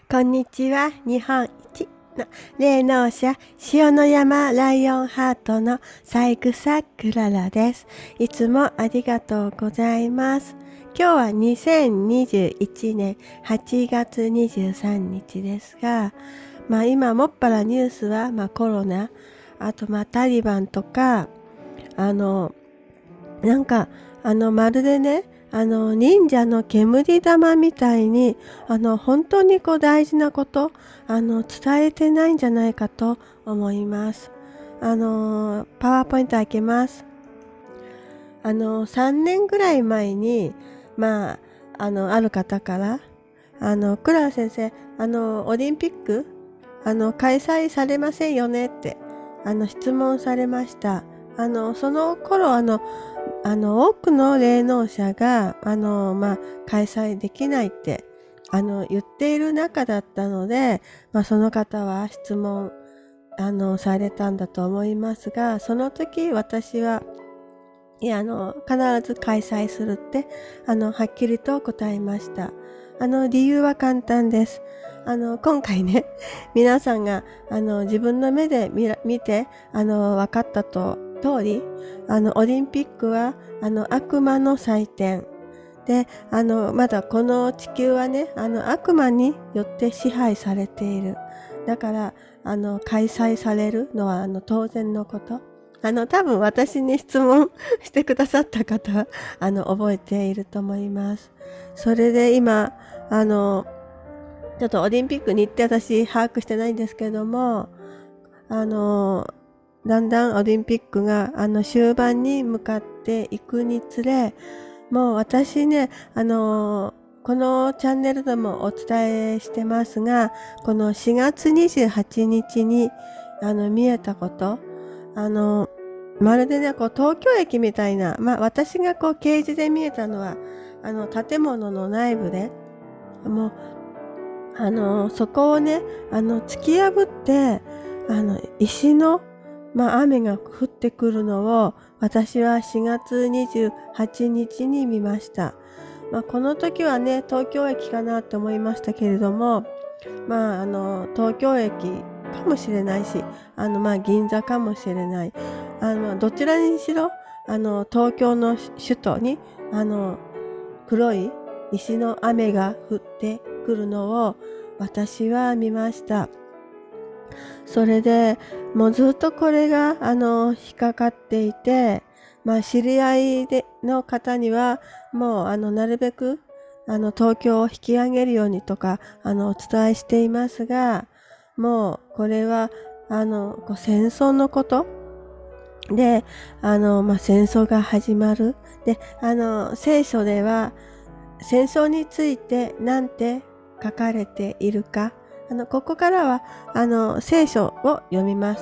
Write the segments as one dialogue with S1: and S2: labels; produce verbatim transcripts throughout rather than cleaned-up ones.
S1: こんにちは。日本一の霊能者、塩の山ライオンハートの三枝クララです。いつもありがとうございます。今日はにせんにじゅういちねんはちがつにじゅうさんにちですが、まあ今もっぱらニュースは、まあ、コロナ、あとまあタリバンとか、あの、なんか、あの、まるでね、あの、忍者の煙玉みたいに、あの、本当にこう大事なこと、あの、伝えてないんじゃないかと思います。あの、パワーポイント開けます。あの、さんねんぐらい前に、まあ、あの、ある方から、あの、クララ先生、あの、オリンピック、あの、開催されませんよねって、あの、質問されました。あの、その頃、あの、あの、多くの霊能者が、あの、まあ、開催できないって、あの、言っている中だったので、まあ、その方は質問、あの、されたんだと思いますが、その時、私は、いや、あの、必ず開催するって、あの、はっきりと答えました。あの、理由は簡単です。あの、今回ね、皆さんが、あの、自分の目で見ら見て、あの、分かったと、通り、あの、オリンピックは、あの、悪魔の祭典。で、あの、まだこの地球はね、あの、悪魔によって支配されている。だから、あの、開催されるのは、あの、当然のこと。あの、多分私に質問してくださった方は、あの、覚えていると思います。それで今、あの、ちょっとオリンピックに行って私把握してないんですけども、あの、だんだんオリンピックが、あの、終盤に向かっていくにつれ、もう私ね、あの、このチャンネルでもお伝えしてますが、このしがつにじゅうはちにちに、あの、見えたこと、あの、まるでね、こう、東京駅みたいな、まあ、私がこう、掲示で見えたのは、あの、建物の内部で、もう、あの、そこをね、あの、突き破って、あの、石の、まあ、雨が降ってくるのを、私はしがつにじゅうはちにちに見ました。まあ、この時はね、東京駅かなと思いましたけれども、まあ、あの、東京駅かもしれないし、あの、まあ、銀座かもしれない。あの、どちらにしろ、あの、東京の首都に、あの、黒い石の雨が降ってくるのを私は見ました。それで、もうずっとこれが、あの、引っかかっていて、まあ、知り合いでの方には、もう、あの、なるべく、あの、東京を引き上げるようにとか、あの、お伝えしていますが、もう、これは、あの、こう戦争のことで、あの、まあ、戦争が始まる。で、あの、聖書では、戦争について何て書かれているか、あの、ここからは、あの、聖書を読みます。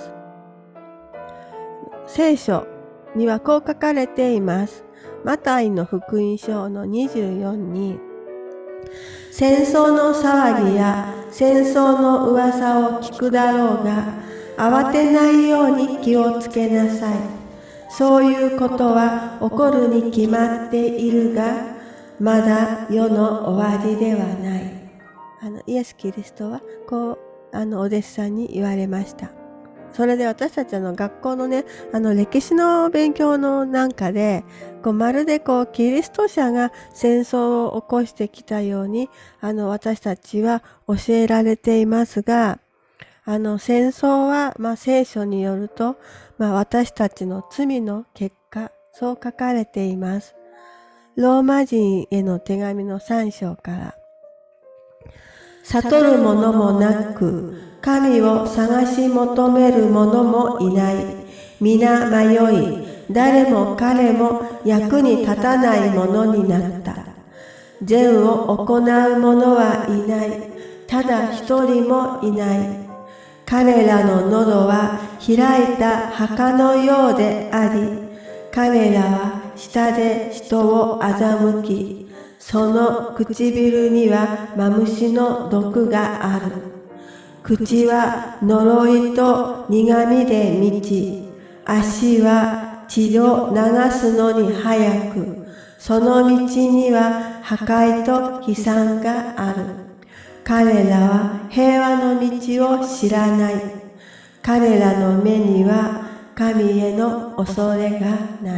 S1: 聖書にはこう書かれています。マタイの福音書のにじゅうよんに、戦争の騒ぎや戦争の噂を聞くだろうが、慌てないように気をつけなさい。そういうことは起こるに決まっているが、まだ世の終わりではない。あの、イエス・キリストは、こう、あの、お弟子さんに言われました。それで私たちの学校のね、あの、歴史の勉強のなんかで、こう、まるでこう、キリスト者が戦争を起こしてきたように、あの、私たちは教えられていますが、あの、戦争は、まあ、聖書によると、まあ、私たちの罪の結果、そう書かれています。ローマ人への手紙のさん章から。悟る者もなく、神を探し求める者もいない。皆迷い、誰も彼も役に立たない者になった。善を行う者はいない。ただ一人もいない。彼らの喉は開いた墓のようであり、彼らは舌で人を欺き、その唇にはマムシの毒がある。口は呪いと苦みで満ち、足は血を流すのに早く、その道には破壊と悲惨がある。 彼らは平和の道を知らない。彼らの目には神への恐れがない。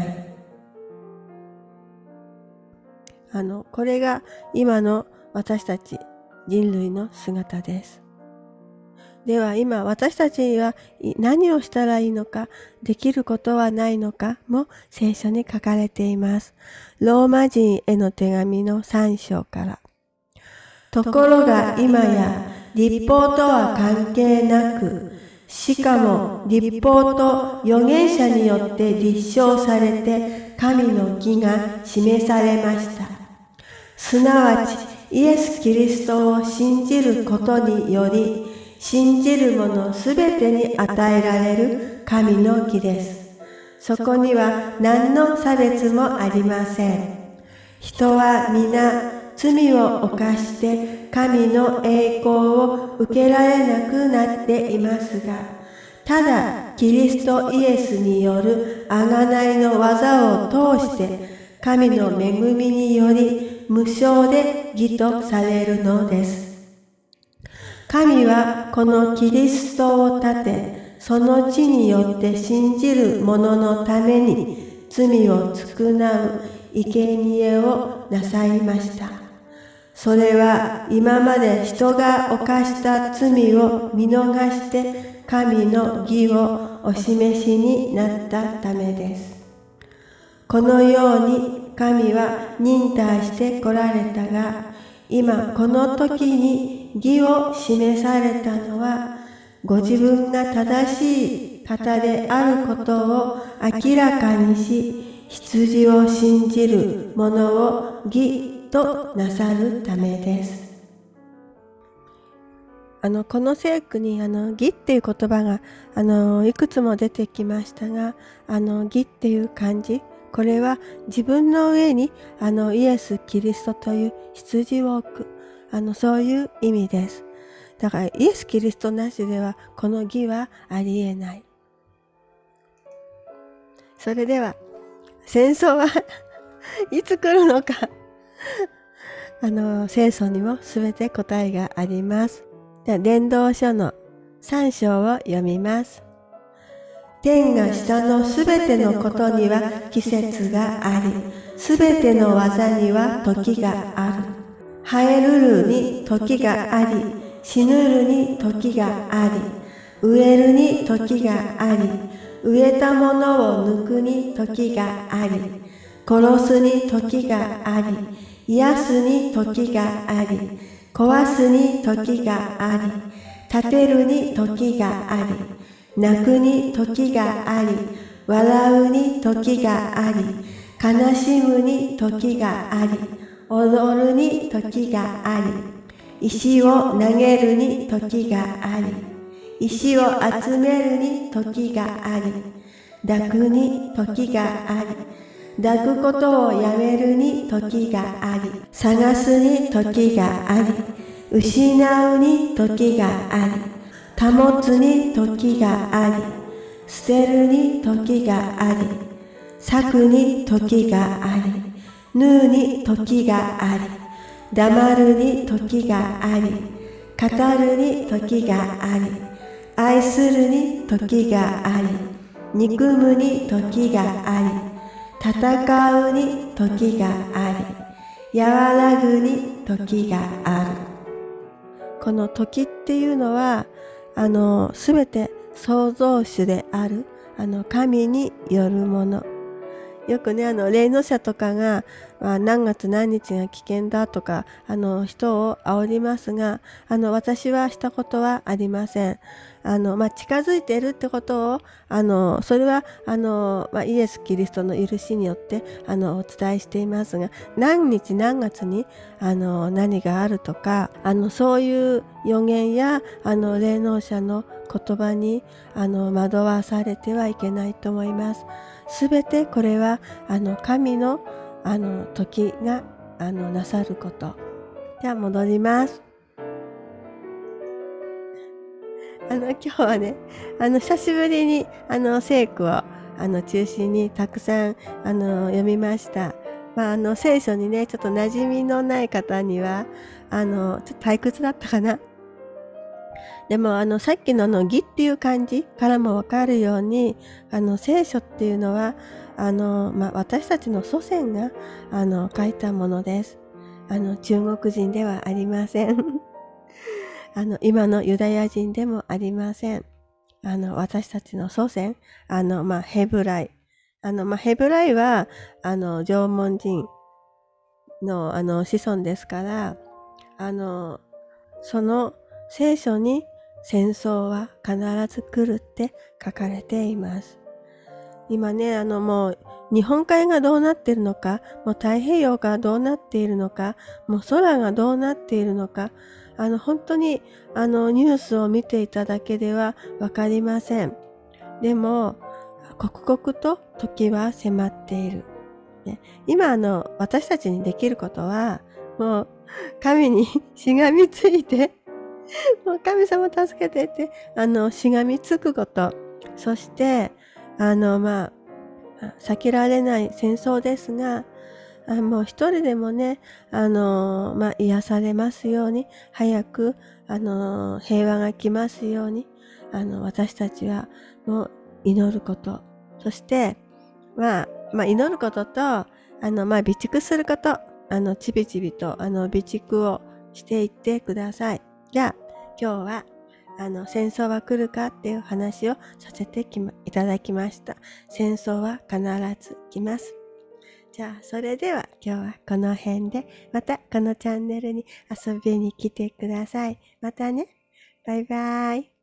S1: あの、これが今の私たち人類の姿です。では今私たちには何をしたらいいのか、できることはないのかも聖書に書かれています。ローマ人への手紙のさん章から。ところが今や律法とは関係なく、しかも律法と預言者によって立証されて神の義が示されました。すなわちイエス・キリストを信じることにより、信じる者すべてに与えられる神の義です。そこには何の差別もありません。人は皆罪を犯して神の栄光を受けられなくなっていますが、ただキリストイエスによる贖いの技を通して神の恵みにより無償で義とされるのです。神はこのキリストを立て、その地によって信じる者のために罪を償う生贄をなさいました。それは今まで人が犯した罪を見逃して神の義をお示しになったためです。このように神は忍耐してこられたが、今この時に義を示されたのは、ご自分が正しい方であることを明らかにし、羊を信じる者を義となさるためです。あのこの聖句にあの義っていう言葉があのいくつも出てきましたが、あの義っていう漢字、これは自分の上にあのイエス・キリストという羊を置く、あのそういう意味です。だからイエス・キリストなしではこの義はありえない。それでは戦争はいつ来るのかあの聖書にもすべて答えがあります。では伝道書のさん章を読みます。天が下のすべてのことには季節があり、すべての技には時がある。生えるるに時があり、死ぬるに時があり、植えるに時があり、植えたものを抜くに時があり、殺すに時があり、癒すに時があり、壊すに時があり、立てるに時があり、泣くに時があり、笑うに時があり、悲しむに時があり、踊るに時があり、石を投げるに時があり、石を集めるに時があり、抱くに時があり、抱くことをやめるに時があり、探すに時があり、失うに時があり、保つに時があり、捨てるに時があり、裂くに時があり、縫うに時があり、黙るに時があり、語るに時があり、愛するに時があり、憎むに時があり、戦うに時があり、和らぐに時がある。この時っていうのは、あのすべて創造主であるあの神によるもの。よくね、あの霊能者とかが、まあ、何月何日が危険だとかあの人を煽りますが、あの私はしたことはありません。あの、まあ、近づいているってことをあのそれはあの、まあ、イエス・キリストの許しによってあのお伝えしていますが、何日何月にあの何があるとか、あのそういう予言やあの霊能者の言葉にあの惑わされてはいけないと思います。すべてこれはあの神のあの時があのなさること。では戻ります。あの今日はね、あの久しぶりにあの聖句をあの中心にたくさんあの読みました。 まあ、あの、聖書にね、ちょっと馴染みのない方には、あの、ちょっと退屈だったかな。でも、あの、さっきのあの、義っていう漢字からもわかるように、あの、聖書っていうのは、あの、まあ、私たちの祖先が、あの、書いたものです。あの、中国人ではありません。あの、今のユダヤ人でもありません。あの、私たちの祖先、あの、まあ、ヘブライ。あの、まあ、ヘブライは、あの、縄文人の、あの、子孫ですから、あの、その聖書に戦争は必ず来るって書かれています。今ね、あのもう日本海がどうなっているのか、もう太平洋がどうなっているのか、もう空がどうなっているのか、あの本当にあのニュースを見ていただけではわかりません。でも、刻々と時は迫っている。ね、今あの私たちにできることは、もう神にしがみついて、もう神様助けてって、あの、しがみつくこと。そして、あの、まあ、避けられない戦争ですが、あもう一人でもね、あの、まあ、癒されますように、早く、あの、平和が来ますように、あの、私たちはもう祈ること。そして、まあ、まあ、祈ることと、あの、まあ、備蓄すること。あの、ちびちびと、あの、備蓄をしていってください。じゃあ、今日は、あの、戦争は来るかっていう話をさせてきま、いただきました。戦争は必ず来ます。じゃあ、それでは今日はこの辺で、またこのチャンネルに遊びに来てください。またね。バイバイ。